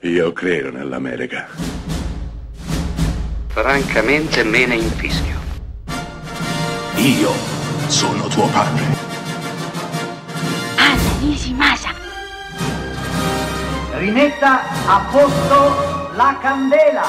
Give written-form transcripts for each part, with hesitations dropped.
Io credo nell'America. Francamente me ne infischio. Io sono tuo padre. Anna Nishimasa. Rimetta a posto la candela.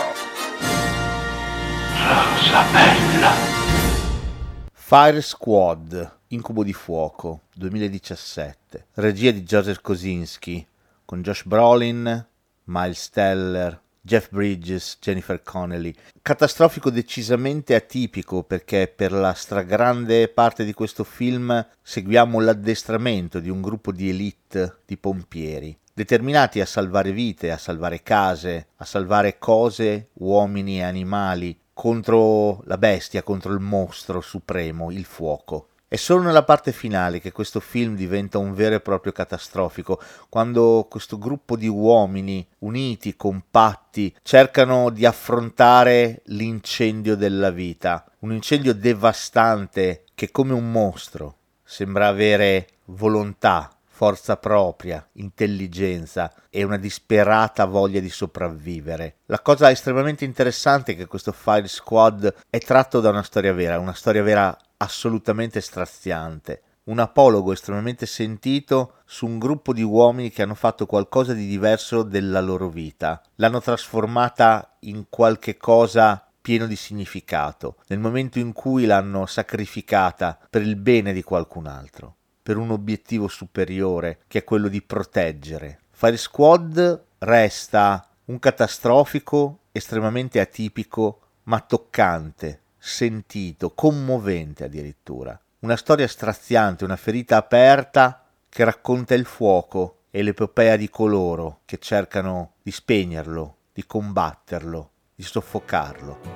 Rosa bella. Fire Squad, Incubo di fuoco, 2017. Regia di Joseph Kosinski, con Josh Brolin, Miles Teller, Jeff Bridges, Jennifer Connelly. Catastrofico decisamente atipico, perché per la stragrande parte di questo film seguiamo l'addestramento di un gruppo di elite di pompieri, determinati a salvare vite, a salvare case, a salvare cose, uomini e animali, contro la bestia, contro il mostro supremo, il fuoco. È solo nella parte finale che questo film diventa un vero e proprio catastrofico, quando questo gruppo di uomini uniti, compatti, cercano di affrontare l'incendio della vita, un incendio devastante che, come un mostro, sembra avere volontà, forza propria, intelligenza e una disperata voglia di sopravvivere. La cosa estremamente interessante è che questo Fire Squad è tratto da una storia vera assolutamente straziante, un apologo estremamente sentito su un gruppo di uomini che hanno fatto qualcosa di diverso della loro vita, l'hanno trasformata in qualche cosa pieno di significato, nel momento in cui l'hanno sacrificata per il bene di qualcun altro, per un obiettivo superiore che è quello di proteggere. Fire Squad resta un catastrofico estremamente atipico ma toccante, sentito, commovente addirittura. Una storia straziante, una ferita aperta che racconta il fuoco e l'epopea di coloro che cercano di spegnerlo, di combatterlo, di soffocarlo.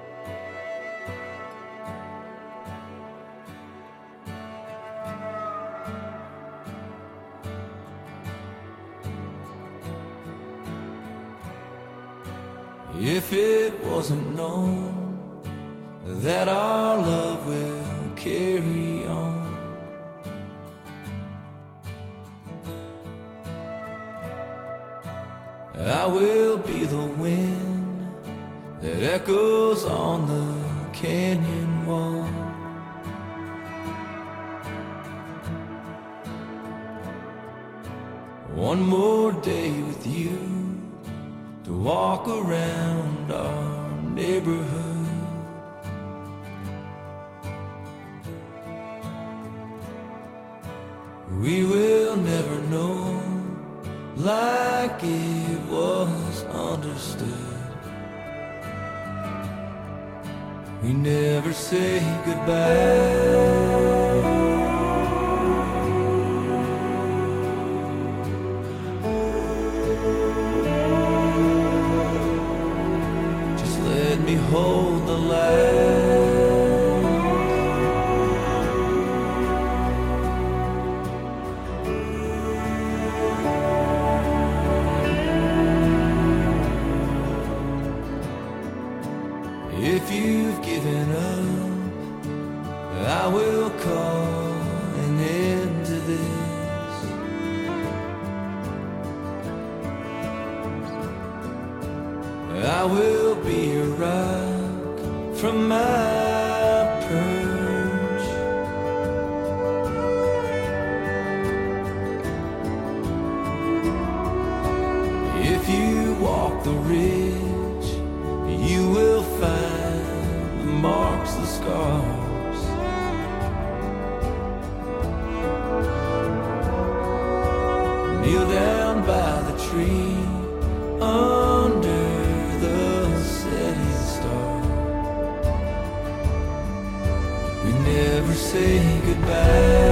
If it wasn't known that our love will carry on, I will be the wind that echoes on the canyon wall. One more day with you to walk around our neighborhood. We will never know like it was understood. We never say goodbye. Just let me hold the light. If you've given up, I will call an end to this. I will be a rock from my perch. If you walk the ridge, you will find the marks, the scars. Kneel down by the tree under the setting star. We never say goodbye.